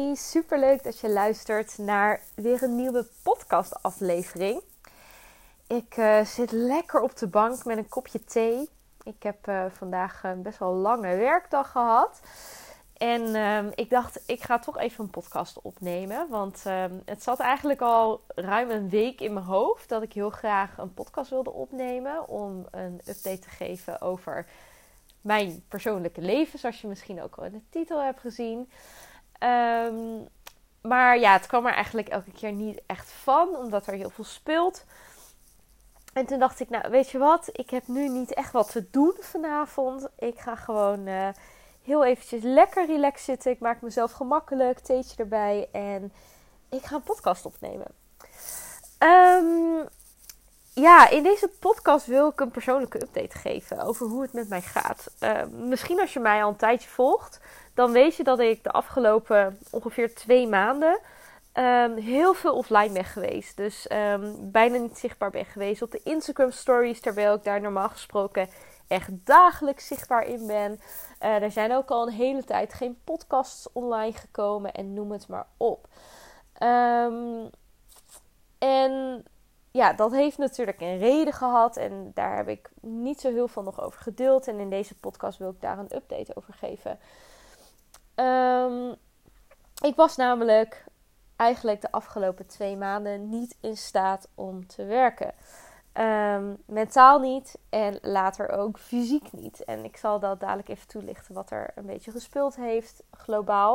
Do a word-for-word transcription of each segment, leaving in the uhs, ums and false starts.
Hey, superleuk dat je luistert naar weer een nieuwe podcastaflevering. Ik uh, zit lekker op de bank met een kopje thee. Ik heb uh, vandaag een best wel lange werkdag gehad. En uh, ik dacht, ik ga toch even een podcast opnemen. Want uh, het zat eigenlijk al ruim een week in mijn hoofd dat ik heel graag een podcast wilde opnemen. Om een update te geven over mijn persoonlijke leven. Zoals je misschien ook al in de titel hebt gezien. Um, maar ja, het kwam er eigenlijk elke keer niet echt van. Omdat er heel veel speelt. En toen dacht ik, nou weet je wat. Ik heb nu niet echt wat te doen vanavond. Ik ga gewoon uh, heel eventjes lekker relaxed zitten. Ik maak mezelf gemakkelijk. Theetje erbij. En ik ga een podcast opnemen. Um, ja, in deze podcast wil ik een persoonlijke update geven. Over hoe het met mij gaat. Uh, misschien als je mij al een tijdje volgt. Dan weet je dat ik de afgelopen ongeveer twee maanden um, heel veel offline ben geweest. Dus um, bijna niet zichtbaar ben geweest op de Instagram stories. Terwijl ik daar normaal gesproken echt dagelijks zichtbaar in ben. Uh, er zijn ook al een hele tijd geen podcasts online gekomen. En noem het maar op. Um, en ja, dat heeft natuurlijk een reden gehad. En daar heb ik niet zo heel veel nog over gedeeld. En in deze podcast wil ik daar een update over geven. Um, ik was namelijk eigenlijk de afgelopen twee maanden niet in staat om te werken. Um, mentaal niet en later ook fysiek niet. En ik zal dat dadelijk even toelichten wat er een beetje gespeeld heeft globaal.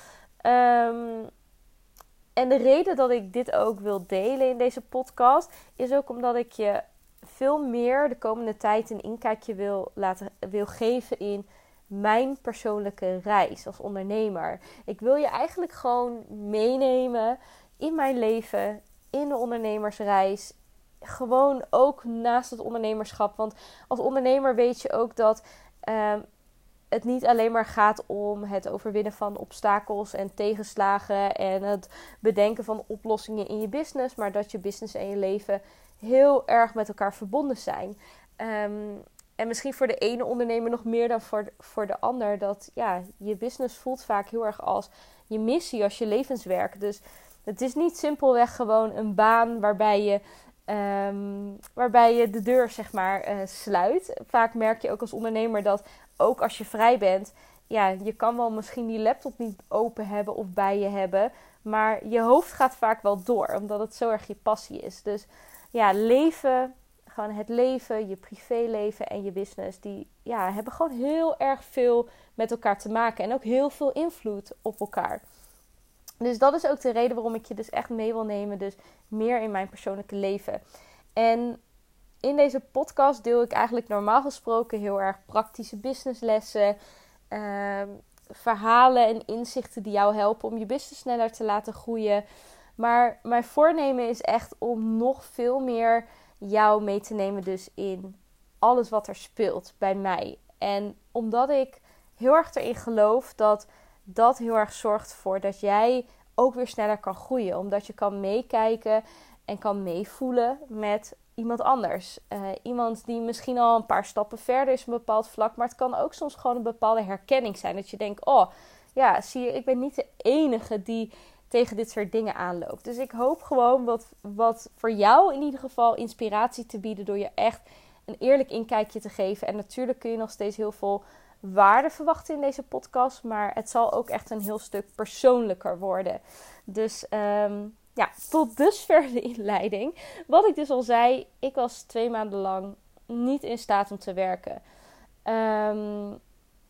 Um, en de reden dat ik dit ook wil delen in deze podcast is ook omdat ik je veel meer de komende tijd een inkijkje wil, laten, wil geven in mijn persoonlijke reis als ondernemer. Ik wil je eigenlijk gewoon meenemen in mijn leven, in de ondernemersreis. Gewoon ook naast het ondernemerschap. Want als ondernemer weet je ook dat uh, het niet alleen maar gaat om het overwinnen van obstakels en tegenslagen en het bedenken van oplossingen in je business. Maar dat je business en je leven heel erg met elkaar verbonden zijn. Um, En misschien voor de ene ondernemer nog meer dan voor de, voor de ander. Dat ja, je business voelt vaak heel erg als je missie, als je levenswerk. Dus het is niet simpelweg gewoon een baan waarbij je, um, waarbij je de deur zeg maar uh, sluit. Vaak merk je ook als ondernemer dat ook als je vrij bent. Ja, je kan wel misschien die laptop niet open hebben of bij je hebben. Maar je hoofd gaat vaak wel door. Omdat het zo erg je passie is. Dus ja, leven... Gewoon het leven, je privéleven en je business, die ja, hebben gewoon heel erg veel met elkaar te maken. En ook heel veel invloed op elkaar. Dus dat is ook de reden waarom ik je dus echt mee wil nemen. Dus meer in mijn persoonlijke leven. En in deze podcast deel ik eigenlijk normaal gesproken heel erg praktische businesslessen. Uh, verhalen en inzichten die jou helpen om je business sneller te laten groeien. Maar mijn voornemen is echt om nog veel meer jou mee te nemen dus in alles wat er speelt bij mij. En omdat ik heel erg erin geloof dat dat heel erg zorgt voor dat jij ook weer sneller kan groeien. Omdat je kan meekijken en kan meevoelen met iemand anders. Uh, iemand die misschien al een paar stappen verder is op een bepaald vlak. Maar het kan ook soms gewoon een bepaalde herkenning zijn. Dat je denkt, oh ja, zie je, ik ben niet de enige die tegen dit soort dingen aanloopt. Dus ik hoop gewoon wat, wat voor jou in ieder geval inspiratie te bieden door je echt een eerlijk inkijkje te geven. En natuurlijk kun je nog steeds heel veel waarde verwachten in deze podcast, maar het zal ook echt een heel stuk persoonlijker worden. Dus um, ja, tot dusver de inleiding. Wat ik dus al zei, ik was twee maanden lang niet in staat om te werken. Um,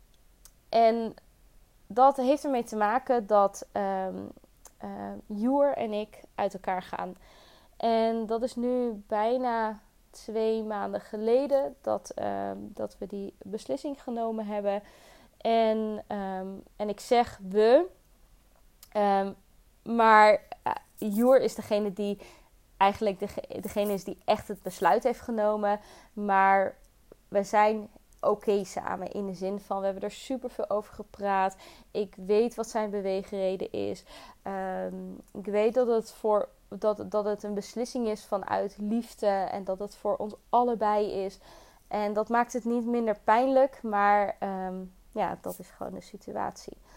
en dat heeft ermee te maken dat um, Uh, Joer en ik uit elkaar gaan. En dat is nu bijna twee maanden geleden dat, uh, dat we die beslissing genomen hebben. En, um, en ik zeg we. Um, maar uh, Joer is degene die eigenlijk dege- degene is die echt het besluit heeft genomen. Maar we zijn oké okay samen. In de zin van, we hebben er super veel over gepraat. Ik weet wat zijn beweegreden is. Um, ik weet dat het, voor, dat, dat het een beslissing is vanuit liefde. En dat het voor ons allebei is. En dat maakt het niet minder pijnlijk. Maar um, ja, dat is gewoon de situatie.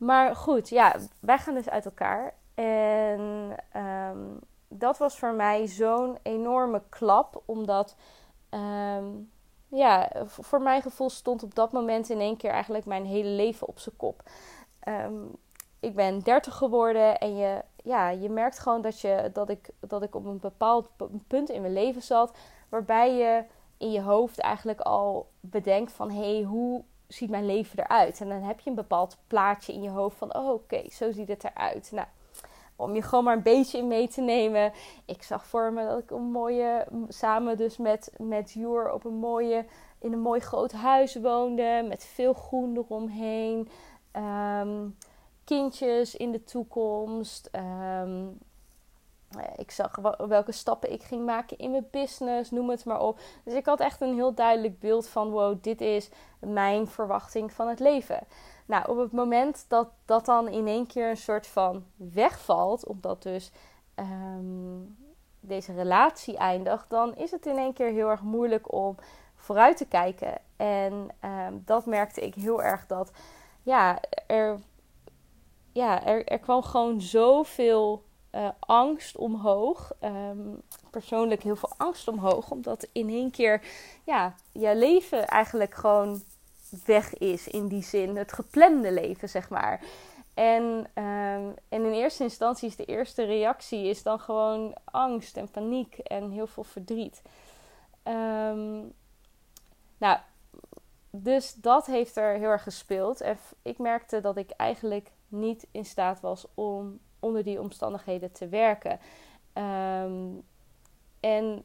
Maar goed, ja, wij gaan dus uit elkaar. En um, dat was voor mij zo'n enorme klap. Omdat, um, ja, voor mijn gevoel stond op dat moment in één keer eigenlijk mijn hele leven op zijn kop. Um, ik ben dertig geworden en je, ja, je merkt gewoon dat, je, dat, ik, dat ik op een bepaald punt in mijn leven zat. Waarbij je in je hoofd eigenlijk al bedenkt van, hé, hey, hoe ziet mijn leven eruit? En dan heb je een bepaald plaatje in je hoofd van, oh, oké, okay, zo ziet het eruit. Nou, om je gewoon maar een beetje in mee te nemen. Ik zag voor me dat ik een mooie, samen dus met, met Joer op een mooie, in een mooi groot huis woonde. Met veel groen eromheen. Um, kindjes in de toekomst. Um, ik zag welke stappen ik ging maken in mijn business, noem het maar op. Dus ik had echt een heel duidelijk beeld van, wow, dit is mijn verwachting van het leven. Nou, op het moment dat dat dan in één keer een soort van wegvalt, omdat dus um, deze relatie eindigt, dan is het in één keer heel erg moeilijk om vooruit te kijken. En um, dat merkte ik heel erg dat, ja, er, ja, er, er kwam gewoon zoveel Uh, angst omhoog. Um, persoonlijk heel veel angst omhoog. Omdat in één keer ja, je leven eigenlijk gewoon weg is in die zin. Het geplande leven, zeg maar. En, um, en in eerste instantie is de eerste reactie is dan gewoon angst en paniek en heel veel verdriet. Um, nou, dus dat heeft er heel erg gespeeld. En ik merkte dat ik eigenlijk niet in staat was om onder die omstandigheden te werken. Um, en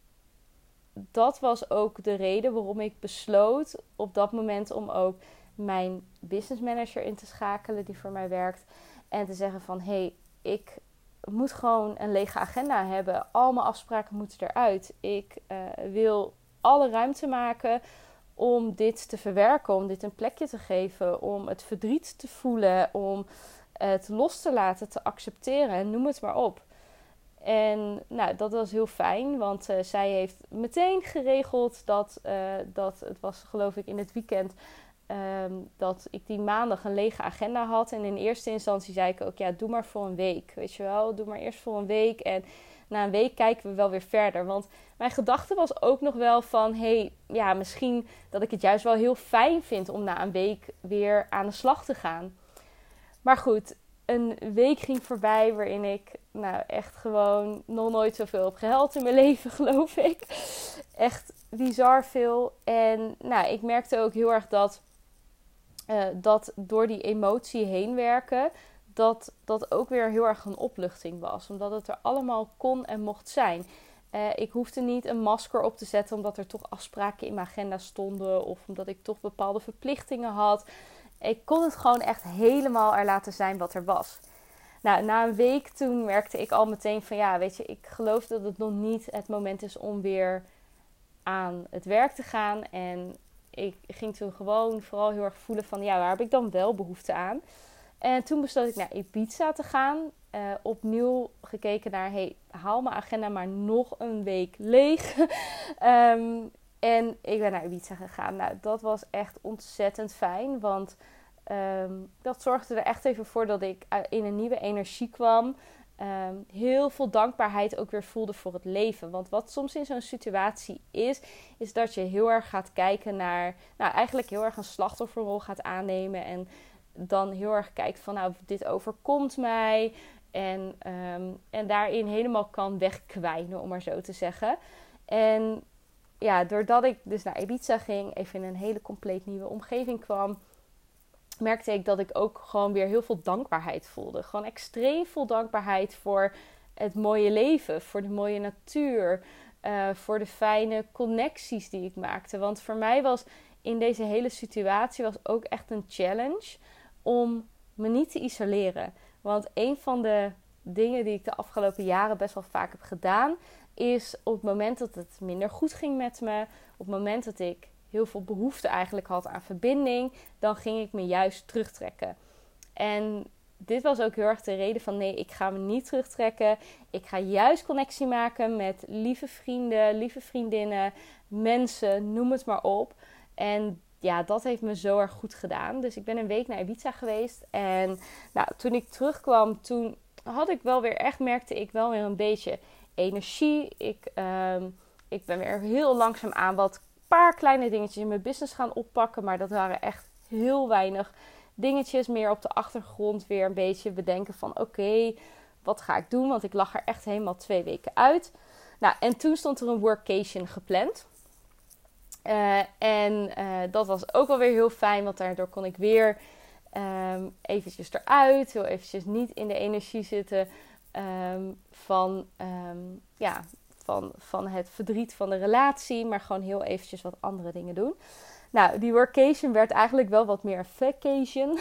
dat was ook de reden waarom ik besloot op dat moment om ook mijn business manager in te schakelen die voor mij werkt. En te zeggen van, hé, hey, ik moet gewoon een lege agenda hebben. Al mijn afspraken moeten eruit. Ik uh, wil alle ruimte maken om dit te verwerken, om dit een plekje te geven, om het verdriet te voelen, om het los te laten, te accepteren en noem het maar op. En nou, dat was heel fijn, want uh, zij heeft meteen geregeld dat, uh, dat het was geloof ik in het weekend, um, dat ik die maandag een lege agenda had. En in eerste instantie zei ik ook, ja, doe maar voor een week, weet je wel. Doe maar eerst voor een week en na een week kijken we wel weer verder. Want mijn gedachte was ook nog wel van, hé, hey, ja, misschien dat ik het juist wel heel fijn vind om na een week weer aan de slag te gaan. Maar goed, een week ging voorbij waarin ik nou echt gewoon nog nooit zoveel heb gehuild in mijn leven, geloof ik. Echt bizar veel. En nou, ik merkte ook heel erg dat, uh, dat door die emotie heen werken, dat dat ook weer heel erg een opluchting was. Omdat het er allemaal kon en mocht zijn. Uh, ik hoefde niet een masker op te zetten omdat er toch afspraken in mijn agenda stonden. Of omdat ik toch bepaalde verplichtingen had. Ik kon het gewoon echt helemaal er laten zijn wat er was. Nou, na een week toen merkte ik al meteen van, ja, weet je, ik geloof dat het nog niet het moment is om weer aan het werk te gaan. En ik ging toen gewoon vooral heel erg voelen van, ja, waar heb ik dan wel behoefte aan? En toen besloot ik naar Ibiza te gaan. Uh, opnieuw gekeken naar, hey, haal mijn agenda maar nog een week leeg. um, En ik ben naar Ibiza gegaan. Nou, dat was echt ontzettend fijn. Want um, dat zorgde er echt even voor dat ik in een nieuwe energie kwam. Um, heel veel dankbaarheid ook weer voelde voor het leven. Want wat soms in zo'n situatie is, is dat je heel erg gaat kijken naar, nou eigenlijk heel erg een slachtofferrol gaat aannemen. En dan heel erg kijkt van, nou, dit overkomt mij. En, um, en daarin helemaal kan wegkwijnen, om maar zo te zeggen. En ja, doordat ik dus naar Ibiza ging, even in een hele compleet nieuwe omgeving kwam, merkte ik dat ik ook gewoon weer heel veel dankbaarheid voelde. Gewoon extreem veel dankbaarheid voor het mooie leven, voor de mooie natuur, uh, voor de fijne connecties die ik maakte. Want voor mij was in deze hele situatie was ook echt een challenge om me niet te isoleren. Want een van de dingen die ik de afgelopen jaren best wel vaak heb gedaan, is op het moment dat het minder goed ging met me, op het moment dat ik heel veel behoefte eigenlijk had aan verbinding, dan ging ik me juist terugtrekken. En dit was ook heel erg de reden van, nee, ik ga me niet terugtrekken. Ik ga juist connectie maken met lieve vrienden, lieve vriendinnen, mensen, noem het maar op. En ja, dat heeft me zo erg goed gedaan. Dus ik ben een week naar Ibiza geweest. En nou, toen ik terugkwam, toen had ik wel weer echt, merkte ik wel weer een beetje energie. Ik, um, ik ben weer heel langzaam aan wat paar kleine dingetjes in mijn business gaan oppakken. Maar dat waren echt heel weinig dingetjes. Meer op de achtergrond weer een beetje bedenken van oké, okay, wat ga ik doen? Want ik lag er echt helemaal twee weken uit. Nou, en toen stond er een workation gepland. Uh, en uh, dat was ook wel weer heel fijn, want daardoor kon ik weer um, eventjes eruit, heel eventjes niet in de energie zitten um, van, um, ja, van, van het verdriet van de relatie, maar gewoon heel eventjes wat andere dingen doen. Nou, die workation werd eigenlijk wel wat meer vacation.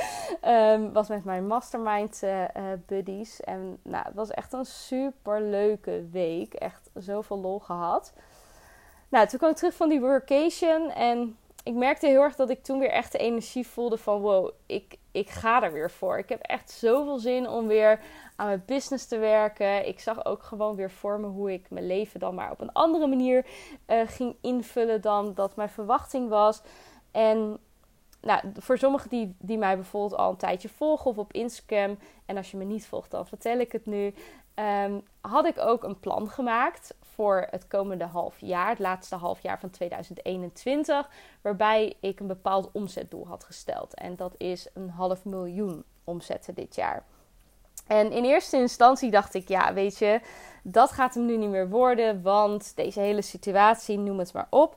um, was met mijn mastermind uh, uh, buddies. En nou, het was echt een super leuke week. Echt zoveel lol gehad. Nou, toen kwam ik terug van die workation. En ik merkte heel erg dat ik toen weer echt de energie voelde van wow, ik, ik ga er weer voor. Ik heb echt zoveel zin om weer aan mijn business te werken. Ik zag ook gewoon weer voor me hoe ik mijn leven dan maar op een andere manier uh, ging invullen dan dat mijn verwachting was. En nou, voor sommigen die, die mij bijvoorbeeld al een tijdje volgen of op Instagram, en als je me niet volgt, dan vertel ik het nu, um, had ik ook een plan gemaakt voor het komende half jaar, het laatste half jaar van tweeduizend eenentwintig, waarbij ik een bepaald omzetdoel had gesteld. En dat is een half miljoen omzetten dit jaar. En in eerste instantie dacht ik, ja, weet je, dat gaat hem nu niet meer worden, want deze hele situatie, noem het maar op.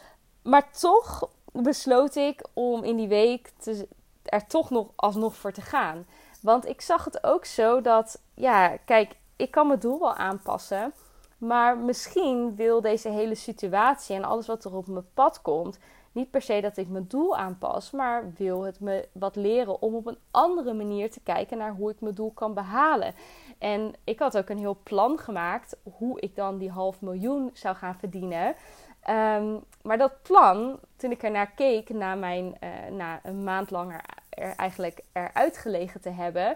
Maar toch besloot ik om in die week te, er toch nog alsnog voor te gaan. Want ik zag het ook zo dat, ja, kijk, ik kan mijn doel wel aanpassen, maar misschien wil deze hele situatie en alles wat er op mijn pad komt niet per se dat ik mijn doel aanpas, maar wil het me wat leren om op een andere manier te kijken naar hoe ik mijn doel kan behalen. En ik had ook een heel plan gemaakt hoe ik dan die half miljoen zou gaan verdienen. Um, maar dat plan, toen ik ernaar keek, na, mijn, uh, na een maand langer er eigenlijk eruit gelegen te hebben,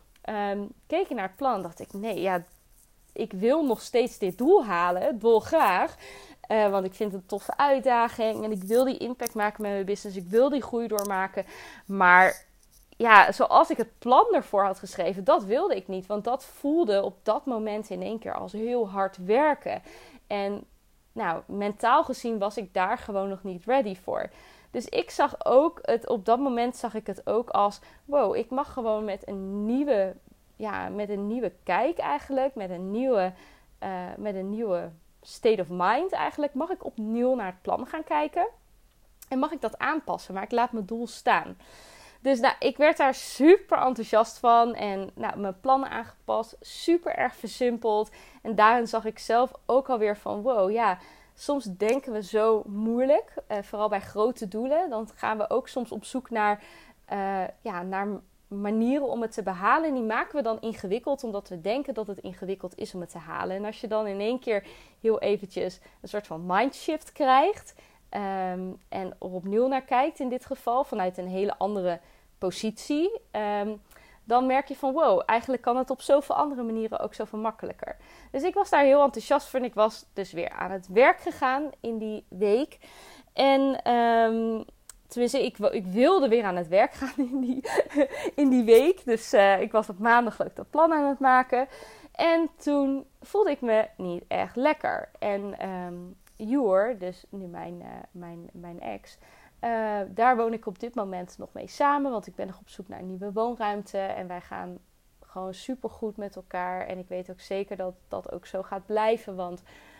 um, keek ik naar het plan, dacht ik, nee, ja, ik wil nog steeds dit doel halen, dolgraag. Uh, want ik vind het een toffe uitdaging en ik wil die impact maken met mijn business. Ik wil die groei doormaken. Maar ja, zoals ik het plan ervoor had geschreven, dat wilde ik niet. Want dat voelde op dat moment in één keer als heel hard werken. En nou, mentaal gezien was ik daar gewoon nog niet ready voor. Dus ik zag ook, het, op dat moment zag ik het ook als, wow, ik mag gewoon met een nieuwe, ja, met een nieuwe kijk eigenlijk, met een nieuwe, uh, met een nieuwe state of mind eigenlijk, mag ik opnieuw naar het plan gaan kijken. En mag ik dat aanpassen, maar ik laat mijn doel staan. Dus nou, ik werd daar super enthousiast van. En nou, mijn plannen aangepast. Super erg versimpeld. En daarin zag ik zelf ook alweer van wow, ja, soms denken we zo moeilijk. Uh, vooral bij grote doelen. Dan gaan we ook soms op zoek naar, uh, ja, naar manieren om het te behalen. En die maken we dan ingewikkeld, omdat we denken dat het ingewikkeld is om het te halen. En als je dan in één keer heel eventjes een soort van mindshift krijgt, um, en er opnieuw naar kijkt in dit geval, vanuit een hele andere positie, um, dan merk je van wow, eigenlijk kan het op zoveel andere manieren ook zoveel makkelijker. Dus ik was daar heel enthousiast voor en ik was dus weer aan het werk gegaan in die week. En um, tenminste, ik, ik wilde weer aan het werk gaan in die, in die week. Dus uh, ik was op maandag ook dat plan aan het maken. En toen voelde ik me niet echt lekker. En um, Joer, dus nu mijn, uh, mijn, mijn ex, uh, daar woon ik op dit moment nog mee samen. Want ik ben nog op zoek naar een nieuwe woonruimte. En wij gaan gewoon super goed met elkaar. En ik weet ook zeker dat dat ook zo gaat blijven. Want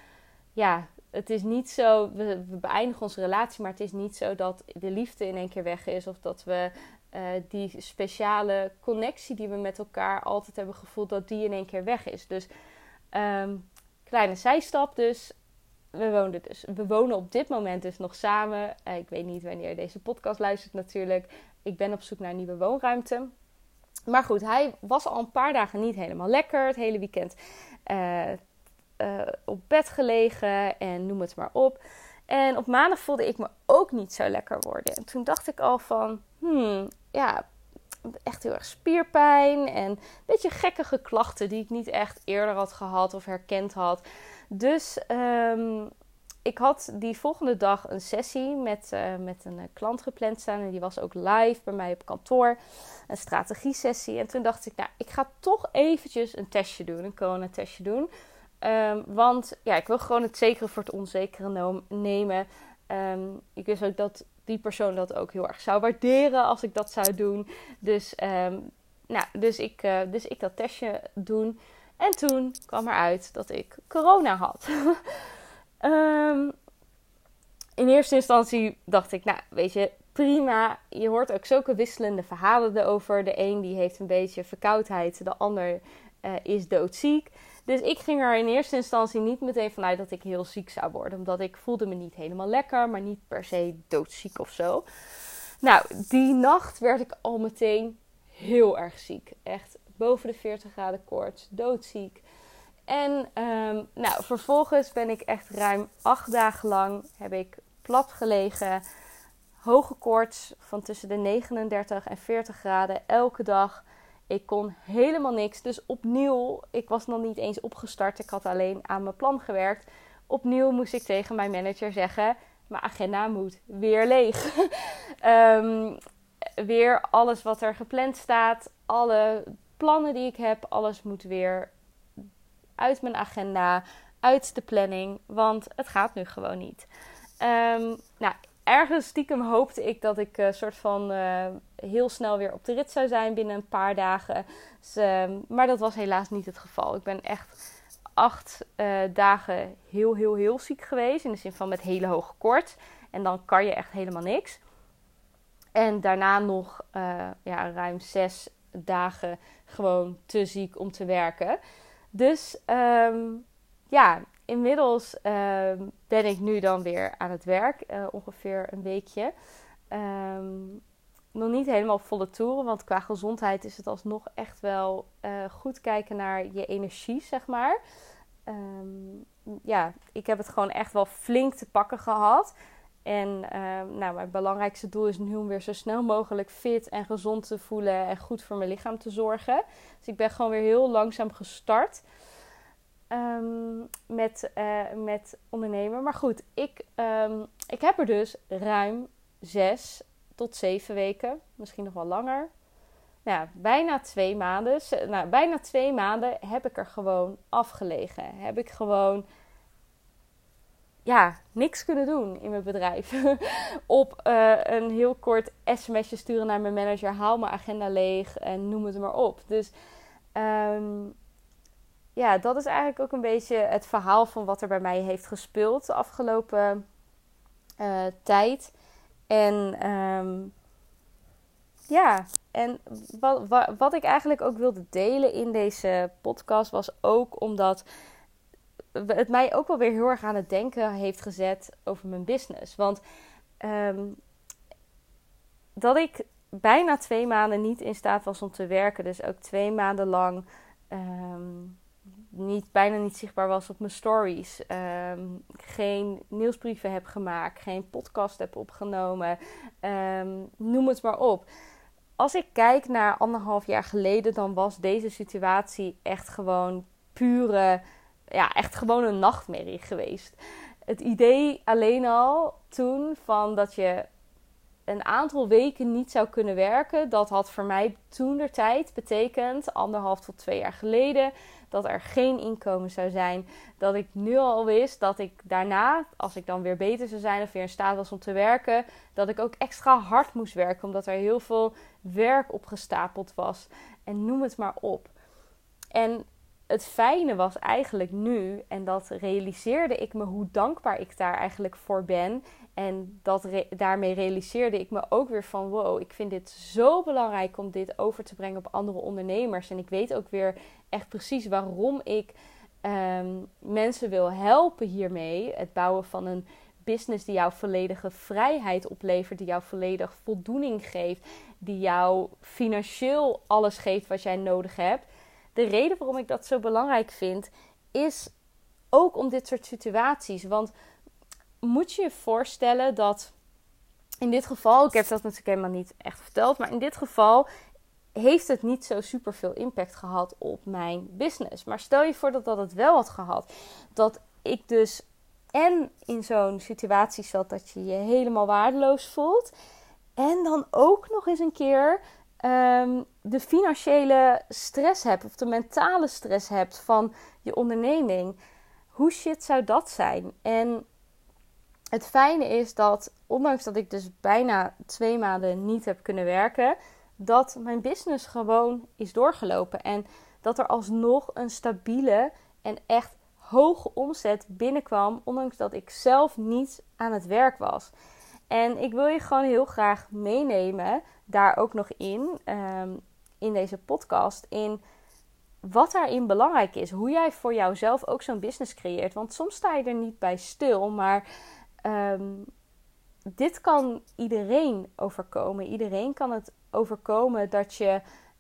ja, het is niet zo, we, we beëindigen onze relatie, maar het is niet zo dat de liefde in één keer weg is. Of dat we uh, die speciale connectie die we met elkaar altijd hebben gevoeld, dat die in één keer weg is. Dus um, kleine zijstap dus. We, woonden dus. we wonen op dit moment dus nog samen. Uh, ik weet niet wanneer je deze podcast luistert natuurlijk. Ik ben op zoek naar een nieuwe woonruimte. Maar goed, hij was al een paar dagen niet helemaal lekker. Het hele weekend uh, uh, op bed gelegen en noem het maar op. En op maandag voelde ik me ook niet zo lekker worden. En toen dacht ik al van, hmm, ja, echt heel erg spierpijn. En een beetje gekkige klachten die ik niet echt eerder had gehad of herkend had. Dus um, ik had die volgende dag een sessie met, uh, met een uh, klant gepland staan. En die was ook live bij mij op kantoor. Een strategie-sessie. En toen dacht ik, nou, ik ga toch eventjes een testje doen. Een corona-testje doen. Um, want ja, ik wil gewoon het zekere voor het onzekere no- nemen. Um, ik wist ook dat die persoon dat ook heel erg zou waarderen als ik dat zou doen. Dus, um, nou, dus, ik, uh, dus ik dat testje doen. En toen kwam eruit dat ik corona had. um, in eerste instantie dacht ik, nou, weet je, prima. Je hoort ook zulke wisselende verhalen erover. De een die heeft een beetje verkoudheid, de ander uh, is doodziek. Dus ik ging er in eerste instantie niet meteen vanuit dat ik heel ziek zou worden. Omdat ik voelde me niet helemaal lekker, maar niet per se doodziek of zo. Nou, die nacht werd ik al meteen heel erg ziek. Echt boven de veertig graden koorts, doodziek. En um, nou, vervolgens ben ik echt ruim acht dagen lang heb ik plat gelegen. Hoge koorts van tussen de negenendertig en veertig graden elke dag. Ik kon helemaal niks. Dus opnieuw, ik was nog niet eens opgestart. Ik had alleen aan mijn plan gewerkt. Opnieuw moest ik tegen mijn manager zeggen, mijn agenda moet weer leeg. um, weer alles wat er gepland staat. Alle plannen die ik heb. Alles moet weer uit mijn agenda. Uit de planning. Want het gaat nu gewoon niet. Um, nou, ergens stiekem hoopte ik dat ik een uh, soort van uh, heel snel weer op de rit zou zijn binnen een paar dagen. Dus, uh, maar dat was helaas niet het geval. Ik ben echt acht uh, dagen heel, heel, heel ziek geweest. In de zin van met hele hoge koorts. En dan kan je echt helemaal niks. En daarna nog uh, ja, ruim zes dagen gewoon te ziek om te werken. Dus um, ja, inmiddels uh, ben ik nu dan weer aan het werk. Uh, ongeveer een weekje. Um, nog niet helemaal volle toeren. Want qua gezondheid is het alsnog echt wel uh, goed kijken naar je energie, zeg maar. Um, ja, ik heb het gewoon echt wel flink te pakken gehad. En uh, nou, mijn belangrijkste doel is nu om weer zo snel mogelijk fit en gezond te voelen en goed voor mijn lichaam te zorgen. Dus ik ben gewoon weer heel langzaam gestart um, met, uh, met ondernemen. Maar goed, ik, um, ik heb er dus ruim zes tot zeven weken, misschien nog wel langer. Nou, bijna twee maanden, nou, bijna twee maanden heb ik er gewoon afgelegen. Heb ik gewoon ja, niks kunnen doen in mijn bedrijf. Op uh, een heel kort sms'je sturen naar mijn manager. Haal mijn agenda leeg en noem het maar op. Dus um, ja, dat is eigenlijk ook een beetje het verhaal van wat er bij mij heeft gespeeld de afgelopen uh, tijd. En um, ja, en wat, wat, wat ik eigenlijk ook wilde delen in deze podcast was ook omdat het mij ook wel weer heel erg aan het denken heeft gezet over mijn business. Want um, dat ik bijna twee maanden niet in staat was om te werken. Dus ook twee maanden lang um, niet, bijna niet zichtbaar was op mijn stories. Um, geen nieuwsbrieven heb gemaakt. Geen podcast heb opgenomen. Um, noem het maar op. Als ik kijk naar anderhalf jaar geleden, dan was deze situatie echt gewoon pure... Ja, echt gewoon een nachtmerrie geweest. Het idee alleen al toen van dat je een aantal weken niet zou kunnen werken, dat had voor mij toentertijd betekend, anderhalf tot twee jaar geleden, dat er geen inkomen zou zijn. Dat ik nu al wist dat ik daarna, als ik dan weer beter zou zijn of weer in staat was om te werken, dat ik ook extra hard moest werken, omdat er heel veel werk opgestapeld was. En noem het maar op. En het fijne was eigenlijk nu, en dat realiseerde ik me hoe dankbaar ik daar eigenlijk voor ben. En dat re- daarmee realiseerde ik me ook weer van wow, ik vind dit zo belangrijk om dit over te brengen op andere ondernemers. En ik weet ook weer echt precies waarom ik um, mensen wil helpen hiermee. Het bouwen van een business die jou volledige vrijheid oplevert, die jou volledig voldoening geeft, die jou financieel alles geeft wat jij nodig hebt. De reden waarom ik dat zo belangrijk vind, is ook om dit soort situaties. Want moet je je voorstellen dat in dit geval, ik heb dat natuurlijk helemaal niet echt verteld, maar in dit geval heeft het niet zo super veel impact gehad op mijn business. Maar stel je voor dat dat het wel had gehad. Dat ik dus en in zo'n situatie zat dat je je helemaal waardeloos voelt. En dan ook nog eens een keer um, de financiële stress hebt of de mentale stress hebt van je onderneming. Hoe shit zou dat zijn? En het fijne is dat, ondanks dat ik dus bijna twee maanden niet heb kunnen werken, dat mijn business gewoon is doorgelopen. En dat er alsnog een stabiele en echt hoge omzet binnenkwam, ondanks dat ik zelf niet aan het werk was. En ik wil je gewoon heel graag meenemen, daar ook nog in, um, in deze podcast, in wat daarin belangrijk is. Hoe jij voor jouzelf ook zo'n business creëert. Want soms sta je er niet bij stil, maar um, dit kan iedereen overkomen. Iedereen kan het overkomen dat je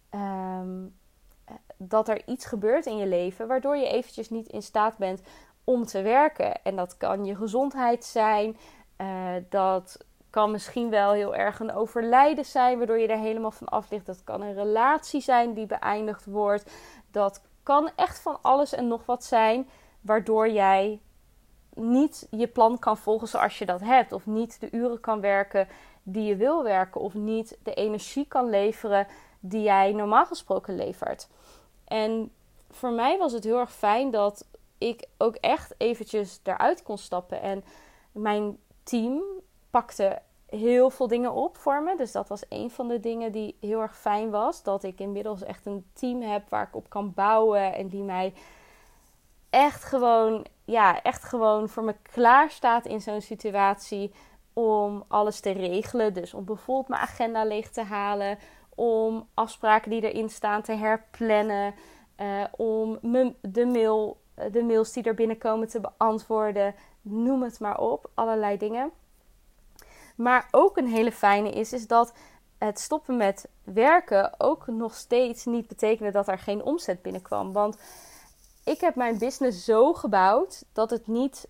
um, dat er iets gebeurt in je leven waardoor je eventjes niet in staat bent om te werken. En dat kan je gezondheid zijn. Uh, dat kan misschien wel heel erg een overlijden zijn, waardoor je er helemaal van af ligt. Dat kan een relatie zijn die beëindigd wordt. Dat kan echt van alles en nog wat zijn, waardoor jij niet je plan kan volgen zoals je dat hebt. Of niet de uren kan werken die je wil werken. Of niet de energie kan leveren die jij normaal gesproken levert. En voor mij was het heel erg fijn dat ik ook echt eventjes eruit kon stappen. En mijn team pakte heel veel dingen op voor me. Dus dat was een van de dingen die heel erg fijn was. Dat ik inmiddels echt een team heb waar ik op kan bouwen. En die mij echt gewoon, ja, echt gewoon voor me klaar staat in zo'n situatie om alles te regelen. Dus om bijvoorbeeld mijn agenda leeg te halen. Om afspraken die erin staan te herplannen. Uh, om me, de, mail, de mails die er binnenkomen te beantwoorden. Noem het maar op. Allerlei dingen. Maar ook een hele fijne is, is dat het stoppen met werken ook nog steeds niet betekende dat er geen omzet binnenkwam. Want ik heb mijn business zo gebouwd dat het niet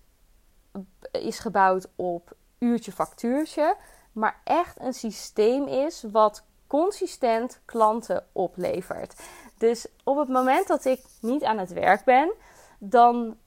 is gebouwd op uurtje factuurtje. Maar echt een systeem is wat consistent klanten oplevert. Dus op het moment dat ik niet aan het werk ben, dan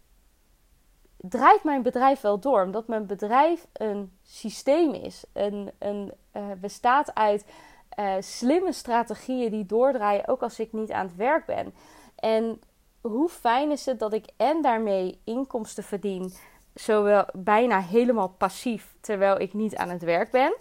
draait mijn bedrijf wel door. Omdat mijn bedrijf een systeem is. Een, een, uh, bestaat uit uh, slimme strategieën die doordraaien, ook als ik niet aan het werk ben. En hoe fijn is het dat ik en daarmee inkomsten verdien, zowel bijna helemaal passief, terwijl ik niet aan het werk ben.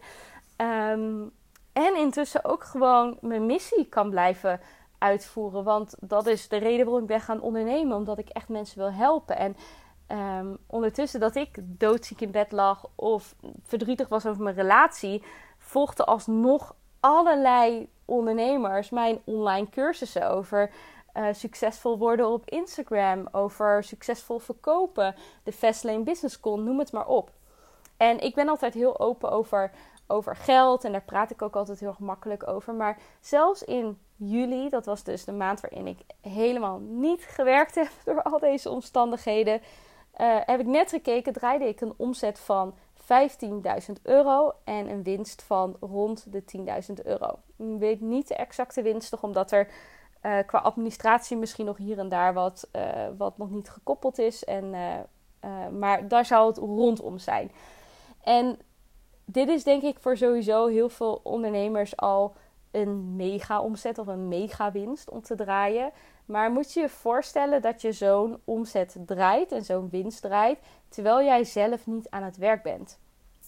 Um, en intussen ook gewoon mijn missie kan blijven uitvoeren. Want dat is de reden waarom ik ben gaan ondernemen. Omdat ik echt mensen wil helpen. En um, ondertussen dat ik doodziek in bed lag of verdrietig was over mijn relatie, volgden alsnog allerlei ondernemers mijn online cursussen over uh, succesvol worden op Instagram, over succesvol verkopen, de Fastlane Business School, noem het maar op. En ik ben altijd heel open over, over geld en daar praat ik ook altijd heel erg makkelijk over. Maar zelfs in juli, dat was dus de maand waarin ik helemaal niet gewerkt heb door al deze omstandigheden, uh, heb ik net gekeken, draaide ik een omzet van vijftienduizend euro en een winst van rond de tienduizend euro. Ik weet niet de exacte winst, toch omdat er uh, qua administratie misschien nog hier en daar wat, uh, wat nog niet gekoppeld is. En, uh, uh, maar daar zou het rondom zijn. En dit is denk ik voor sowieso heel veel ondernemers al een mega omzet of een mega winst om te draaien. Maar moet je je voorstellen dat je zo'n omzet draait en zo'n winst draait, terwijl jij zelf niet aan het werk bent.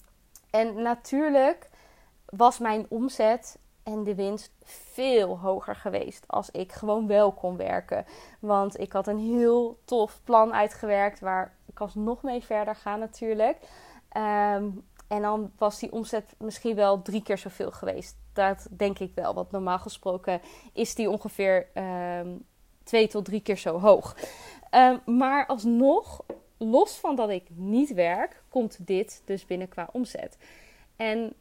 En natuurlijk was mijn omzet en de winst veel hoger geweest als ik gewoon wel kon werken. Want ik had een heel tof plan uitgewerkt waar ik alsnog mee verder ga natuurlijk. Um, en dan was die omzet misschien wel drie keer zoveel geweest. Dat denk ik wel. Want normaal gesproken is die ongeveer um, twee tot drie keer zo hoog. Um, maar alsnog, los van dat ik niet werk, komt dit dus binnen qua omzet. En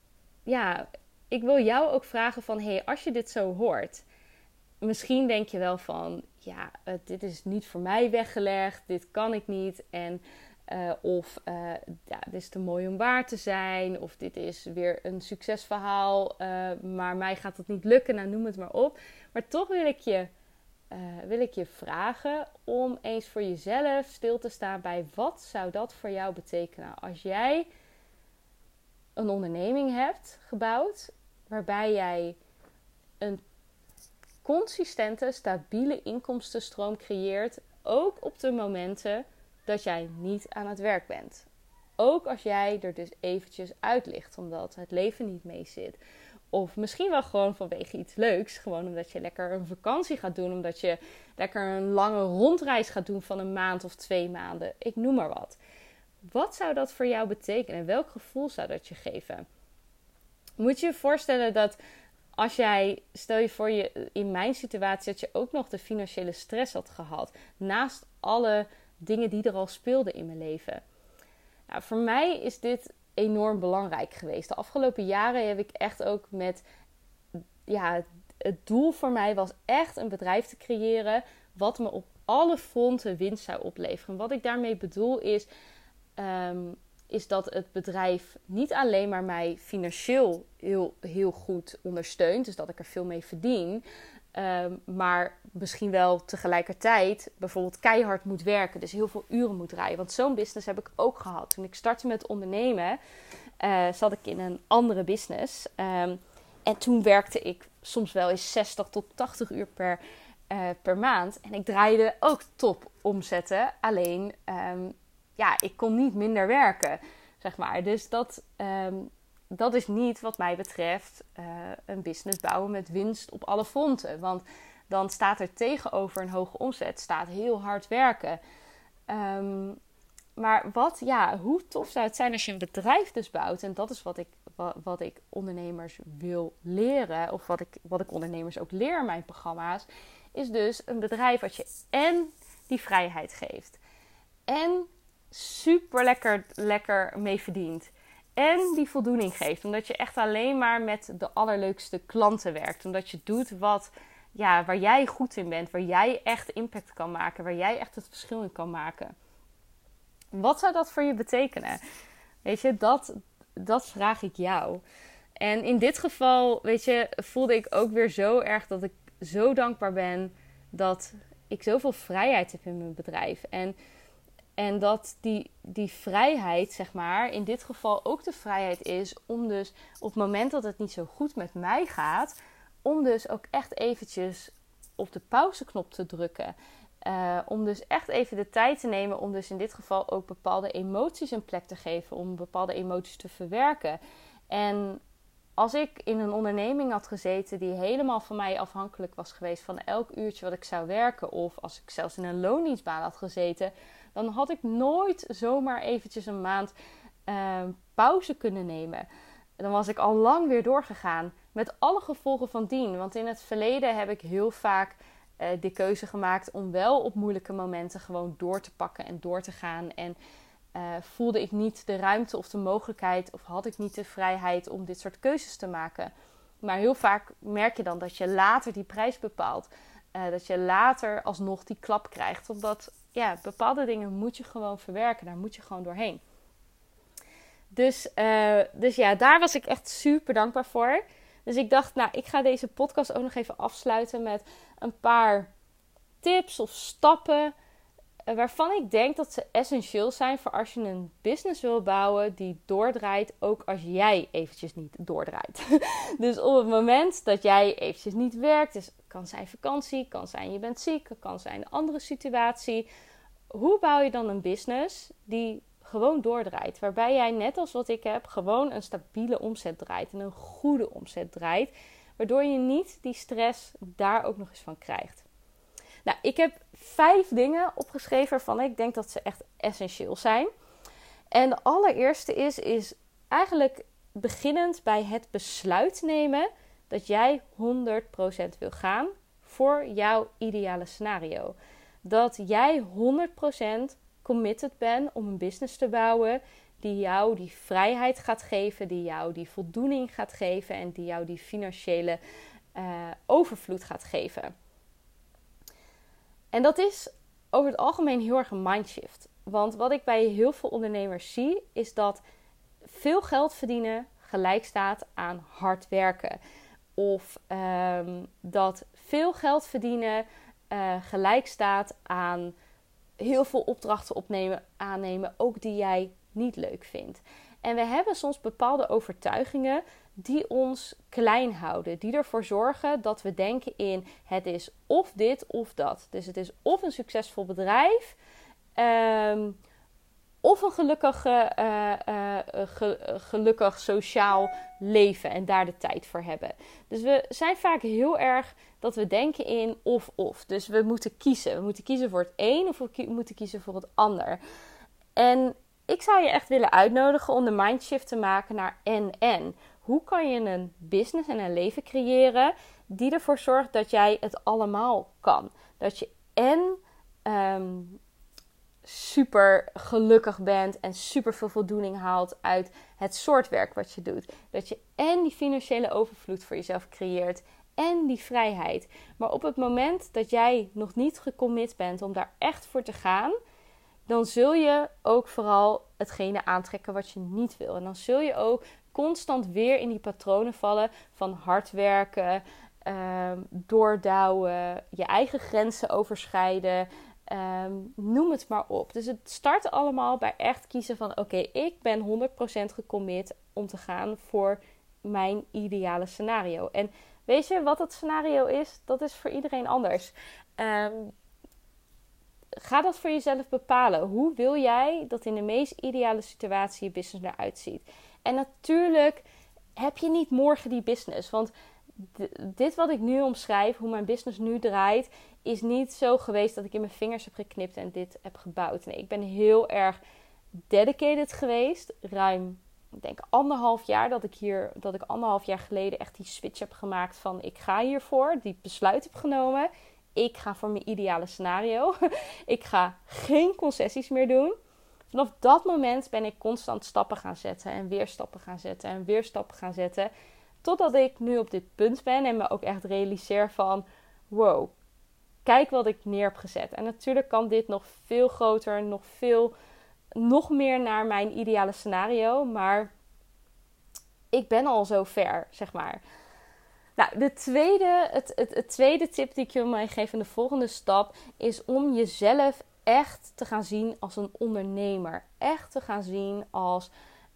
ja, ik wil jou ook vragen van, hey, als je dit zo hoort, misschien denk je wel van, ja, uh, dit is niet voor mij weggelegd, dit kan ik niet. En Uh, of uh, ja, dit is te mooi om waar te zijn. Of dit is weer een succesverhaal. Uh, maar mij gaat het niet lukken. Nou, noem het maar op. Maar toch wil ik je uh, wil ik je vragen om eens voor jezelf stil te staan bij wat zou dat voor jou betekenen als jij een onderneming hebt gebouwd waarbij jij een consistente, stabiele inkomstenstroom creëert, ook op de momenten dat jij niet aan het werk bent. Ook als jij er dus eventjes uit ligt, omdat het leven niet mee zit. Of misschien wel gewoon vanwege iets leuks. Gewoon omdat je lekker een vakantie gaat doen. Omdat je lekker een lange rondreis gaat doen van een maand of twee maanden. Ik noem maar wat. Wat zou dat voor jou betekenen? Welk gevoel zou dat je geven? Moet je je voorstellen dat als jij, stel je voor je in mijn situatie, dat je ook nog de financiële stress had gehad. Naast alle dingen die er al speelden in mijn leven. Nou, voor mij is dit enorm belangrijk geweest. De afgelopen jaren heb ik echt ook met... Ja, het doel voor mij was echt een bedrijf te creëren wat me op alle fronten winst zou opleveren. Wat ik daarmee bedoel is, um, is dat het bedrijf niet alleen maar mij financieel heel, heel goed ondersteunt. Dus dat ik er veel mee verdien. Um, maar misschien wel tegelijkertijd bijvoorbeeld keihard moet werken. Dus heel veel uren moet draaien. Want zo'n business heb ik ook gehad. Toen ik startte met ondernemen, uh, zat ik in een andere business. Um, en toen werkte ik soms wel eens zestig tot tachtig uur per, uh, per maand. En ik draaide ook top omzetten. Alleen, um, ja, ik kon niet minder werken, zeg maar. Dus dat... Um, Dat is niet wat mij betreft uh, een business bouwen met winst op alle fronten. Want dan staat er tegenover een hoge omzet, staat heel hard werken. Um, maar wat, ja, hoe tof zou het zijn als je een bedrijf dus bouwt. En dat is wat ik, wat, wat ik ondernemers wil leren. Of wat ik, wat ik ondernemers ook leer in mijn programma's. Is dus een bedrijf wat je en die vrijheid geeft. En super lekker, lekker mee verdient. En die voldoening geeft. Omdat je echt alleen maar met de allerleukste klanten werkt. Omdat je doet wat, ja, waar jij goed in bent. Waar jij echt impact kan maken. Waar jij echt het verschil in kan maken. Wat zou dat voor je betekenen? Weet je, dat, dat vraag ik jou. En in dit geval, weet je, voelde ik ook weer zo erg dat ik zo dankbaar ben dat ik zoveel vrijheid heb in mijn bedrijf. En... En dat die, die vrijheid, zeg maar, in dit geval ook de vrijheid is om dus op het moment dat het niet zo goed met mij gaat, om dus ook echt eventjes op de pauzeknop te drukken. Uh, om dus echt even de tijd te nemen om dus in dit geval ook bepaalde emoties een plek te geven. Om bepaalde emoties te verwerken. En als ik in een onderneming had gezeten die helemaal van mij afhankelijk was geweest van elk uurtje wat ik zou werken. Of als ik zelfs in een loondienstbaan had gezeten, dan had ik nooit zomaar eventjes een maand uh, pauze kunnen nemen. Dan was ik al lang weer doorgegaan. Met alle gevolgen van dien. Want in het verleden heb ik heel vaak uh, de keuze gemaakt om wel op moeilijke momenten gewoon door te pakken en door te gaan. En uh, voelde ik niet de ruimte of de mogelijkheid of had ik niet de vrijheid om dit soort keuzes te maken. Maar heel vaak merk je dan dat je later die prijs bepaalt. Uh, dat je later alsnog die klap krijgt. Omdat ja, bepaalde dingen moet je gewoon verwerken. Daar moet je gewoon doorheen. Dus, uh, dus ja, daar was ik echt super dankbaar voor. Dus ik dacht, nou, ik ga deze podcast ook nog even afsluiten met een paar tips of stappen uh, waarvan ik denk dat ze essentieel zijn voor als je een business wil bouwen die doordraait, ook als jij eventjes niet doordraait. Dus op het moment dat jij eventjes niet werkt, dus kan zijn vakantie, kan zijn je bent ziek, kan zijn een andere situatie. Hoe bouw je dan een business die gewoon doordraait? Waarbij jij, net als wat ik heb, gewoon een stabiele omzet draait. En een goede omzet draait. Waardoor je niet die stress daar ook nog eens van krijgt. Nou, ik heb vijf dingen opgeschreven waarvan ik denk dat ze echt essentieel zijn. En de allereerste is, is eigenlijk beginnend bij het besluit nemen dat jij honderd procent wil gaan voor jouw ideale scenario. Dat jij honderd procent committed bent om een business te bouwen die jou die vrijheid gaat geven, die jou die voldoening gaat geven en die jou die financiële uh, overvloed gaat geven. En dat is over het algemeen heel erg een mindshift. Want wat ik bij heel veel ondernemers zie, is dat veel geld verdienen gelijk staat aan hard werken. Of um, dat veel geld verdienen uh, gelijk staat aan heel veel opdrachten opnemen, aannemen, ook die jij niet leuk vindt. En we hebben soms bepaalde overtuigingen die ons klein houden. Die ervoor zorgen dat we denken in het is of dit of dat. Dus het is of een succesvol bedrijf, um, of een gelukkig, uh, uh, ge, gelukkig sociaal leven en daar de tijd voor hebben. Dus we zijn vaak heel erg dat we denken in of-of. Dus we moeten kiezen. We moeten kiezen voor het een of we ki- moeten kiezen voor het ander. En ik zou je echt willen uitnodigen om de mindshift te maken naar en-en. Hoe kan je een business en een leven creëren die ervoor zorgt dat jij het allemaal kan? Dat je en um, super gelukkig bent en super veel voldoening haalt uit het soort werk wat je doet. Dat je en die financiële overvloed voor jezelf creëert en die vrijheid. Maar op het moment dat jij nog niet gecommit bent om daar echt voor te gaan, dan zul je ook vooral hetgene aantrekken wat je niet wil. En dan zul je ook constant weer in die patronen vallen van hard werken, um, doordouwen, je eigen grenzen overschrijden. Um, noem het maar op. Dus het start allemaal bij echt kiezen van oké, okay, ik ben honderd procent gecommit om te gaan voor mijn ideale scenario. En weet je wat dat scenario is? Dat is voor iedereen anders. Um, Ga dat voor jezelf bepalen. Hoe wil jij dat in de meest ideale situatie je business eruit ziet? En natuurlijk heb je niet morgen die business. Want d- dit wat ik nu omschrijf, hoe mijn business nu draait, is niet zo geweest dat ik in mijn vingers heb geknipt en dit heb gebouwd. Nee, ik ben heel erg dedicated geweest. Ruim, ik denk anderhalf jaar dat ik hier, dat ik anderhalf jaar geleden echt die switch heb gemaakt van ik ga hiervoor. Die besluit heb genomen. Ik ga voor mijn ideale scenario. Ik ga geen concessies meer doen. Vanaf dat moment ben ik constant stappen gaan zetten. En weer stappen gaan zetten. En weer stappen gaan zetten. Totdat ik nu op dit punt ben. En me ook echt realiseer van wow. Kijk wat ik neer heb gezet. En natuurlijk kan dit nog veel groter. Nog veel. Nog meer naar mijn ideale scenario. Maar ik ben al zo ver, zeg maar. Nou, de tweede, het, het, het tweede tip die ik je wil meegeven in de volgende stap is om jezelf echt te gaan zien als een ondernemer. Echt te gaan zien als,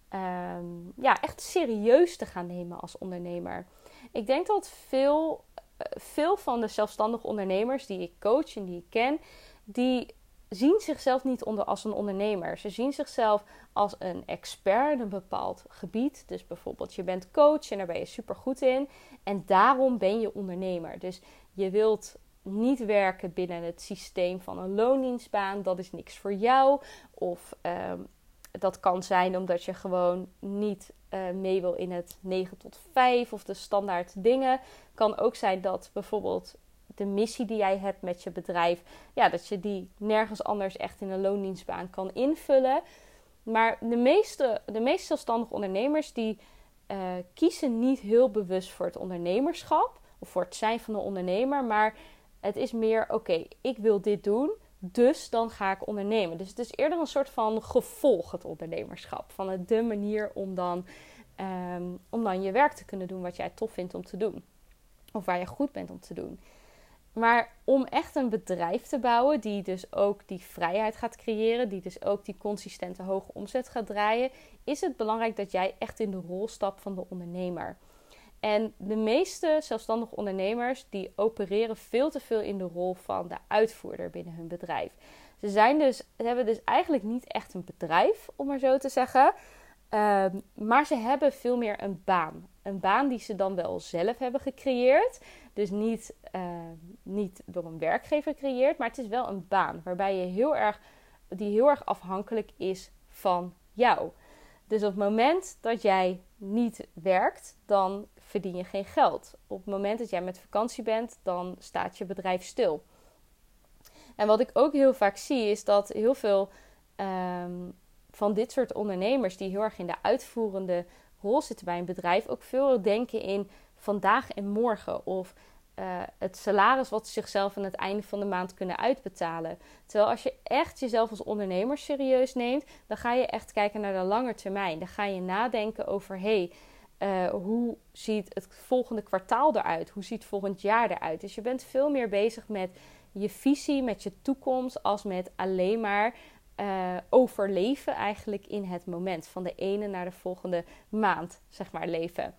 um, ja, echt serieus te gaan nemen als ondernemer. Ik denk dat veel, veel van de zelfstandige ondernemers die ik coach en die ik ken, die zien zichzelf niet onder als een ondernemer. Ze zien zichzelf als een expert in een bepaald gebied. Dus bijvoorbeeld je bent coach en daar ben je super goed in. En daarom ben je ondernemer. Dus je wilt niet werken binnen het systeem van een loondienstbaan. Dat is niks voor jou. Of um, dat kan zijn omdat je gewoon niet uh, mee wil in het negen tot vijf of de standaard dingen. Kan ook zijn dat bijvoorbeeld de missie die jij hebt met je bedrijf, ja, dat je die nergens anders echt in een loondienstbaan kan invullen. Maar de meeste, de meeste zelfstandige ondernemers die uh, kiezen niet heel bewust voor het ondernemerschap of voor het zijn van een ondernemer, maar het is meer oké, okay, ik wil dit doen, dus dan ga ik ondernemen. Dus het is eerder een soort van gevolg, het ondernemerschap, van het, de manier om dan, um, om dan je werk te kunnen doen wat jij tof vindt om te doen. Of waar je goed bent om te doen. Maar om echt een bedrijf te bouwen die dus ook die vrijheid gaat creëren, die dus ook die consistente hoge omzet gaat draaien, is het belangrijk dat jij echt in de rol stapt van de ondernemer. En de meeste zelfstandige ondernemers die opereren veel te veel in de rol van de uitvoerder binnen hun bedrijf. Ze zijn dus, ze hebben dus eigenlijk niet echt een bedrijf, om maar zo te zeggen. Uh, maar ze hebben veel meer een baan. Een baan die ze dan wel zelf hebben gecreëerd. Dus niet, uh, niet door een werkgever gecreëerd. Maar het is wel een baan waarbij je heel erg, die heel erg afhankelijk is van jou. Dus op het moment dat jij niet werkt, dan verdien je geen geld. Op het moment dat jij met vakantie bent, dan staat je bedrijf stil. En wat ik ook heel vaak zie is dat heel veel Um, van dit soort ondernemers die heel erg in de uitvoerende rol zitten bij een bedrijf, ook veel denken in vandaag en morgen. Of uh, het salaris wat ze zichzelf aan het einde van de maand kunnen uitbetalen. Terwijl als je echt jezelf als ondernemer serieus neemt, dan ga je echt kijken naar de lange termijn. Dan ga je nadenken over, hé, hey, uh, hoe ziet het volgende kwartaal eruit? Hoe ziet volgend jaar eruit? Dus je bent veel meer bezig met je visie, met je toekomst, als met alleen maar uh, overleven eigenlijk in het moment. Van de ene naar de volgende maand, zeg maar, leven.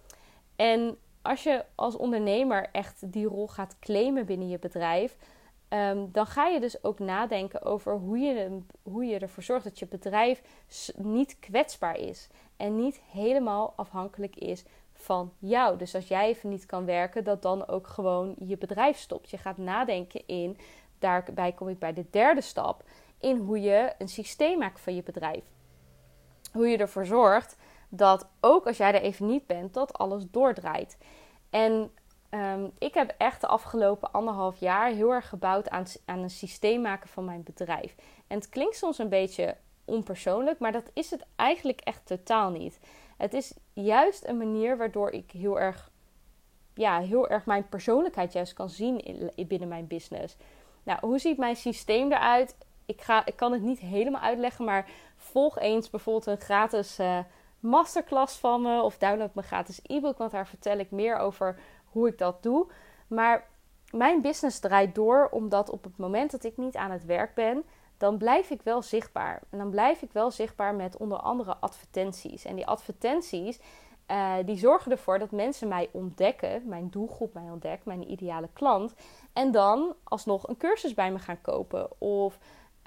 En als je als ondernemer echt die rol gaat claimen binnen je bedrijf, Um, dan ga je dus ook nadenken over hoe je, hoe je ervoor zorgt dat je bedrijf niet kwetsbaar is. En niet helemaal afhankelijk is van jou. Dus als jij even niet kan werken, dat dan ook gewoon je bedrijf stopt. Je gaat nadenken in, daarbij kom ik bij de derde stap, in hoe je een systeem maakt van je bedrijf. Hoe je ervoor zorgt dat ook als jij er even niet bent, dat alles doordraait. En Um, ik heb echt de afgelopen anderhalf jaar heel erg gebouwd aan, aan een systeem maken van mijn bedrijf. En het klinkt soms een beetje onpersoonlijk, maar dat is het eigenlijk echt totaal niet. Het is juist een manier waardoor ik heel erg, ja, heel erg mijn persoonlijkheid juist kan zien in, in, binnen mijn business. Nou, hoe ziet mijn systeem eruit? Ik, ga, ik kan het niet helemaal uitleggen, maar volg eens bijvoorbeeld een gratis uh, masterclass van me of download mijn gratis e-book, want daar vertel ik meer over hoe ik dat doe. Maar mijn business draait door omdat op het moment dat ik niet aan het werk ben, dan blijf ik wel zichtbaar. En dan blijf ik wel zichtbaar met onder andere advertenties. En die advertenties, uh, die zorgen ervoor dat mensen mij ontdekken, mijn doelgroep mij ontdekt, mijn ideale klant. En dan alsnog een cursus bij me gaan kopen. Of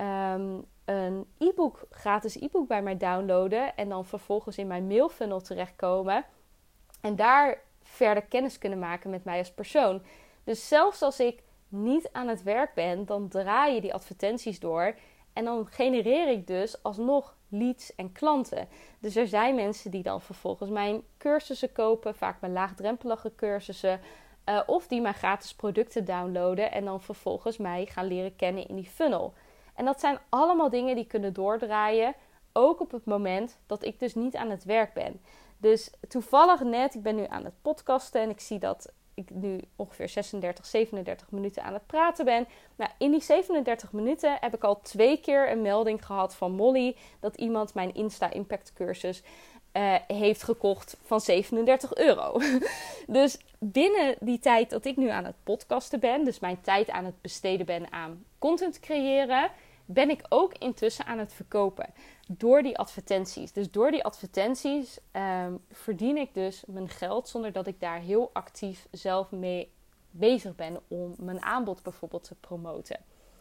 um, een e-book, gratis e-book bij mij downloaden. En dan vervolgens in mijn mailfunnel terechtkomen. En daar verder kennis kunnen maken met mij als persoon. Dus zelfs als ik niet aan het werk ben, dan draai je die advertenties door. En dan genereer ik dus alsnog leads en klanten. Dus er zijn mensen die dan vervolgens mijn cursussen kopen, vaak mijn laagdrempelige cursussen. Uh, of die mijn gratis producten downloaden en dan vervolgens mij gaan leren kennen in die funnel. En dat zijn allemaal dingen die kunnen doordraaien, ook op het moment dat ik dus niet aan het werk ben. Dus toevallig net, ik ben nu aan het podcasten en ik zie dat ik nu ongeveer zesendertig, zevenendertig minuten aan het praten ben. Nou, in die zevenendertig minuten heb ik al twee keer een melding gehad van Molly dat iemand mijn Insta Impact cursus uh, heeft gekocht van zevenendertig euro. Dus binnen die tijd dat ik nu aan het podcasten ben, dus mijn tijd aan het besteden ben aan content creëren, ben ik ook intussen aan het verkopen. Door die advertenties. Dus door die advertenties um, verdien ik dus mijn geld zonder dat ik daar heel actief zelf mee bezig ben om mijn aanbod bijvoorbeeld te promoten.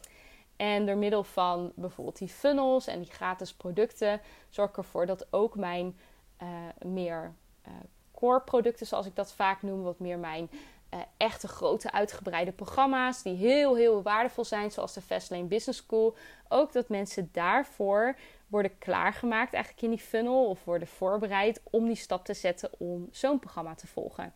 En door middel van bijvoorbeeld die funnels en die gratis producten zorg ik ervoor dat ook mijn uh, meer uh, core producten, zoals ik dat vaak noem, wat meer mijn Uh, echte grote uitgebreide programma's die heel heel waardevol zijn, zoals de Fastlane Business School. Ook dat mensen daarvoor worden klaargemaakt eigenlijk in die funnel of worden voorbereid om die stap te zetten om zo'n programma te volgen.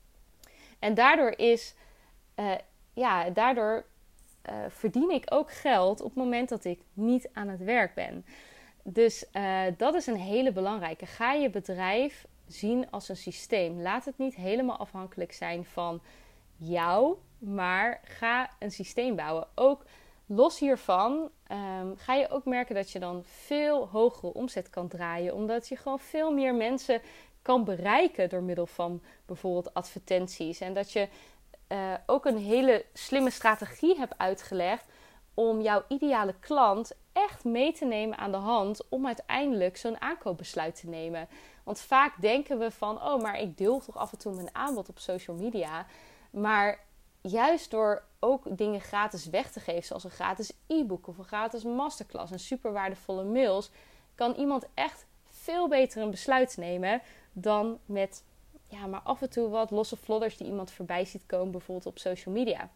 En daardoor is uh, ja, daardoor uh, verdien ik ook geld op het moment dat ik niet aan het werk ben. Dus uh, dat is een hele belangrijke. Ga je bedrijf zien als een systeem. Laat het niet helemaal afhankelijk zijn van jou, maar ga een systeem bouwen. Ook los hiervan um, ga je ook merken dat je dan veel hogere omzet kan draaien, omdat je gewoon veel meer mensen kan bereiken door middel van bijvoorbeeld advertenties. En dat je uh, ook een hele slimme strategie hebt uitgelegd om jouw ideale klant echt mee te nemen aan de hand om uiteindelijk zo'n aankoopbesluit te nemen. Want vaak denken we van, oh, maar ik deel toch af en toe mijn aanbod op social media. Maar juist door ook dingen gratis weg te geven, zoals een gratis e-book of een gratis masterclass en super waardevolle mails, kan iemand echt veel beter een besluit nemen dan met ja, maar af en toe wat losse vlodders die iemand voorbij ziet komen, bijvoorbeeld op social media.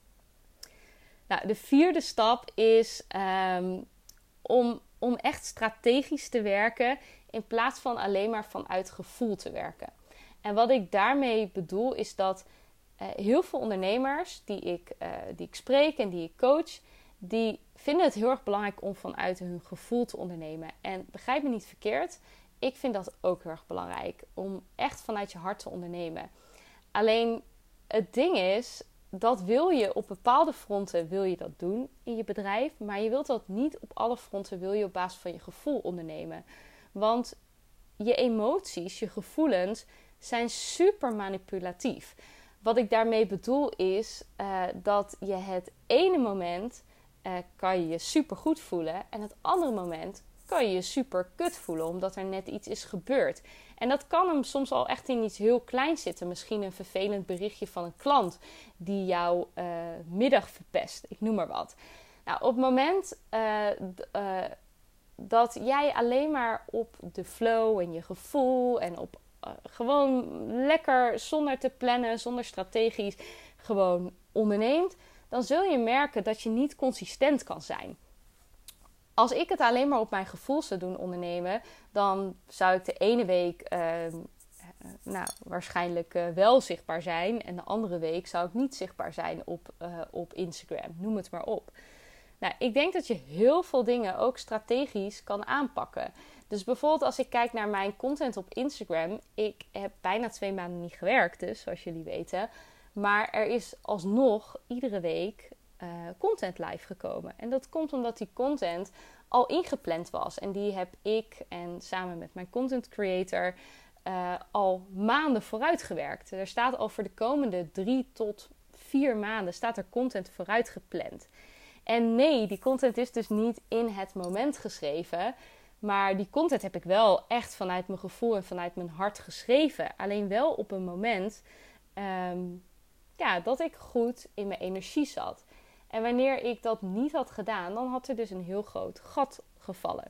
Nou, de vierde stap is um, om, om echt strategisch te werken in plaats van alleen maar vanuit gevoel te werken. En wat ik daarmee bedoel is dat uh, heel veel ondernemers die ik, uh, die ik spreek en die ik coach, die vinden het heel erg belangrijk om vanuit hun gevoel te ondernemen. En begrijp me niet verkeerd, ik vind dat ook heel erg belangrijk om echt vanuit je hart te ondernemen. Alleen het ding is, dat wil je op bepaalde fronten wil je dat doen in je bedrijf, maar je wilt dat niet op alle fronten wil je op basis van je gevoel ondernemen. Want je emoties, je gevoelens zijn super manipulatief. wat ik daarmee bedoel is uh, dat je het ene moment uh, kan je je super goed voelen. En het andere moment kan je je super kut voelen. Omdat er net iets is gebeurd. En dat kan hem soms al echt in iets heel kleins zitten. Misschien een vervelend berichtje van een klant die jouw uh, middag verpest. Ik noem maar wat. Nou, op het moment uh, d- uh, dat jij alleen maar op de flow en je gevoel en op uh, gewoon lekker zonder te plannen, zonder strategisch gewoon onderneemt, dan zul je merken dat je niet consistent kan zijn. Als ik het alleen maar op mijn gevoel zou doen ondernemen, dan zou ik de ene week uh, uh, nou, waarschijnlijk uh, wel zichtbaar zijn en de andere week zou ik niet zichtbaar zijn op, uh, op Instagram. Noem het maar op. Nou, ik denk dat je heel veel dingen ook strategisch kan aanpakken. Dus bijvoorbeeld als ik kijk naar mijn content op Instagram. Ik heb bijna twee maanden niet gewerkt, dus zoals jullie weten. Maar er is alsnog iedere week uh, content live gekomen. En dat komt omdat die content al ingepland was. En die heb ik en samen met mijn content creator uh, al maanden vooruit gewerkt. Er staat al voor de komende drie tot vier maanden staat er content vooruit gepland. En nee, die content is dus niet in het moment geschreven. Maar die content heb ik wel echt vanuit mijn gevoel en vanuit mijn hart geschreven. Alleen wel op een moment um, ja, dat ik goed in mijn energie zat. En wanneer ik dat niet had gedaan, dan had er dus een heel groot gat gevallen.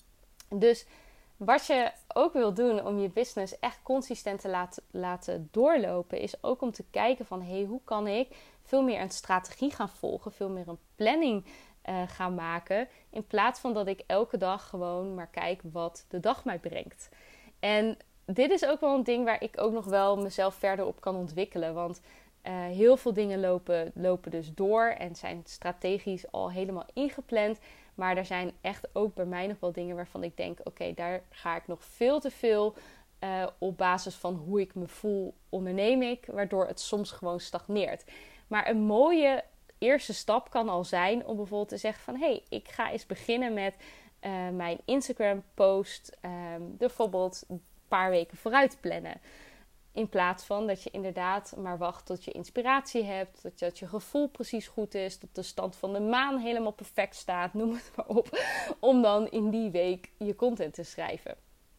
Dus wat je ook wil doen om je business echt consistent te laten, laten doorlopen, is ook om te kijken van, hé, hey, hoe kan ik veel meer een strategie gaan volgen, veel meer een planning uh, gaan maken, in plaats van dat ik elke dag gewoon maar kijk wat de dag mij brengt. En dit is ook wel een ding waar ik ook nog wel mezelf verder op kan ontwikkelen, want uh, heel veel dingen lopen, lopen dus door en zijn strategisch al helemaal ingepland. Maar er zijn echt ook bij mij nog wel dingen waarvan ik denk, oké, okay, daar ga ik nog veel te veel uh, op basis van hoe ik me voel onderneem ik, waardoor het soms gewoon stagneert. Maar een mooie eerste stap kan al zijn om bijvoorbeeld te zeggen van, hé, hey, ik ga eens beginnen met uh, mijn Instagram post um, bijvoorbeeld een paar weken vooruit plannen. In plaats van dat je inderdaad maar wacht tot je inspiratie hebt. Dat je, dat je gevoel precies goed is. Dat de stand van de maan helemaal perfect staat. Noem het maar op. Om dan in die week je content te schrijven.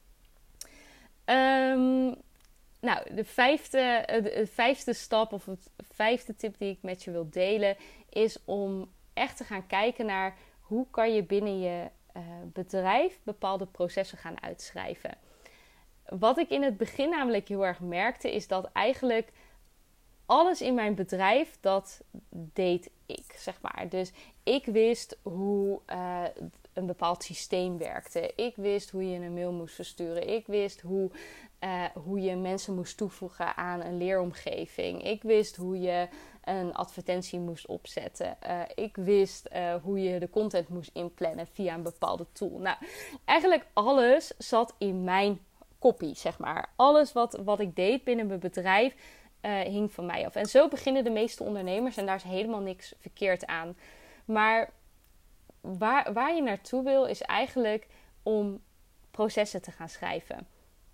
Um, nou, de vijfde, de vijfde stap of het vijfde tip die ik met je wil delen. Is om echt te gaan kijken naar hoe kan je binnen je uh, bedrijf bepaalde processen gaan uitschrijven. Wat ik in het begin namelijk heel erg merkte, is dat eigenlijk alles in mijn bedrijf, dat deed ik, zeg maar. Dus ik wist hoe uh, een bepaald systeem werkte. Ik wist hoe je een mail moest versturen. Ik wist hoe, uh, hoe je mensen moest toevoegen aan een leeromgeving. Ik wist hoe je een advertentie moest opzetten. Uh, ik wist uh, hoe je de content moest inplannen via een bepaalde tool. Nou, eigenlijk alles zat in mijn kopie, zeg maar. Alles wat, wat ik deed binnen mijn bedrijf uh, hing van mij af. En zo beginnen de meeste ondernemers en daar is helemaal niks verkeerd aan. Maar waar, waar je naartoe wil is eigenlijk om processen te gaan schrijven.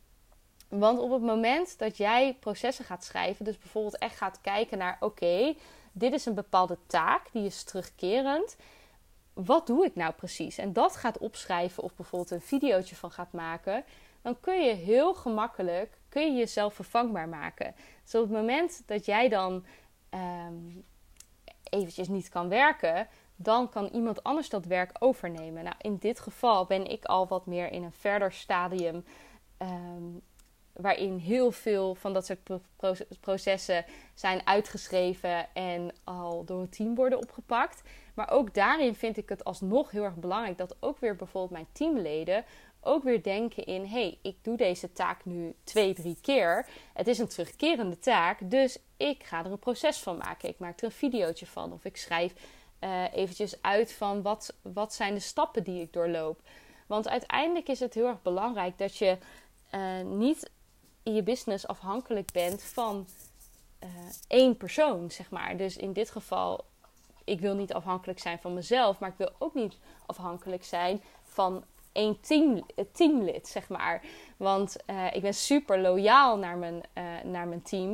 Want op het moment dat jij processen gaat schrijven, dus bijvoorbeeld echt gaat kijken naar, oké, okay, dit is een bepaalde taak, die is terugkerend. Wat doe ik nou precies? En dat gaat opschrijven of bijvoorbeeld een videootje van gaat maken, dan kun je heel gemakkelijk kun je jezelf vervangbaar maken. Dus op het moment dat jij dan um, eventjes niet kan werken, dan kan iemand anders dat werk overnemen. Nou, in dit geval ben ik al wat meer in een verder stadium, um, waarin heel veel van dat soort processen zijn uitgeschreven en al door het team worden opgepakt. Maar ook daarin vind ik het alsnog heel erg belangrijk dat ook weer bijvoorbeeld mijn teamleden ook weer denken in, hé, hey, ik doe deze taak nu twee, drie keer. Het is een terugkerende taak, dus ik ga er een proces van maken. Ik maak er een videootje van of ik schrijf uh, eventjes uit van wat, wat zijn de stappen die ik doorloop. Want uiteindelijk is het heel erg belangrijk dat je uh, niet in je business afhankelijk bent van uh, één persoon, zeg maar. Dus in dit geval, ik wil niet afhankelijk zijn van mezelf, maar ik wil ook niet afhankelijk zijn van één team, teamlid, zeg maar. Want uh, ik ben super loyaal naar mijn, uh, naar mijn team.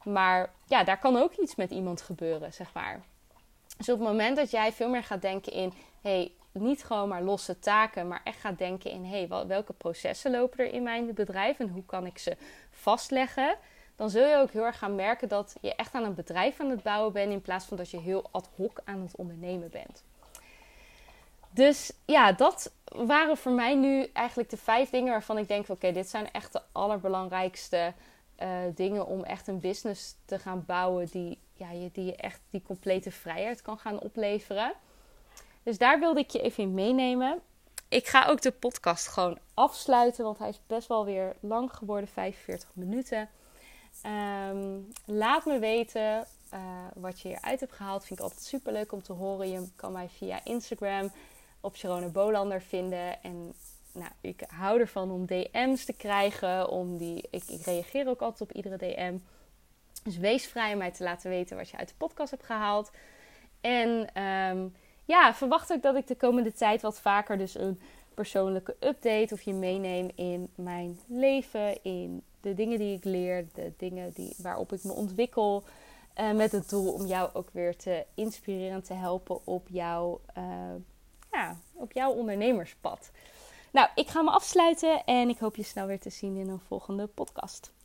Maar ja, daar kan ook iets met iemand gebeuren, zeg maar. Dus op het moment dat jij veel meer gaat denken in... hey, niet gewoon maar losse taken, maar echt gaat denken in... hey, welke processen lopen er in mijn bedrijf en hoe kan ik ze vastleggen? Dan zul je ook heel erg gaan merken dat je echt aan een bedrijf aan het bouwen bent... in plaats van dat je heel ad hoc aan het ondernemen bent. Dus ja, dat waren voor mij nu eigenlijk de vijf dingen waarvan ik denk... oké, okay, dit zijn echt de allerbelangrijkste uh, dingen om echt een business te gaan bouwen... die, ja, je, die je echt die complete vrijheid kan gaan opleveren. Dus daar wilde ik je even in meenemen. Ik ga ook de podcast gewoon afsluiten, want hij is best wel weer lang geworden, vijfenveertig minuten. Um, laat me weten uh, wat je hieruit hebt gehaald. Vind ik altijd super leuk om te horen. Je kan mij via Instagram op Sharone Bolander vinden. En nou, ik hou ervan om D M's te krijgen. Om die, ik, ik reageer ook altijd op iedere D M. Dus wees vrij om mij te laten weten wat je uit de podcast hebt gehaald. En um, ja, verwacht ook dat ik de komende tijd wat vaker dus een persoonlijke update of je meeneem in mijn leven, in de dingen die ik leer, de dingen die, waarop ik me ontwikkel. Uh, met het doel om jou ook weer te inspireren en te helpen op, jouw, uh, ja, op jouw ondernemerspad. Nou, ik ga me afsluiten en ik hoop je snel weer te zien in een volgende podcast.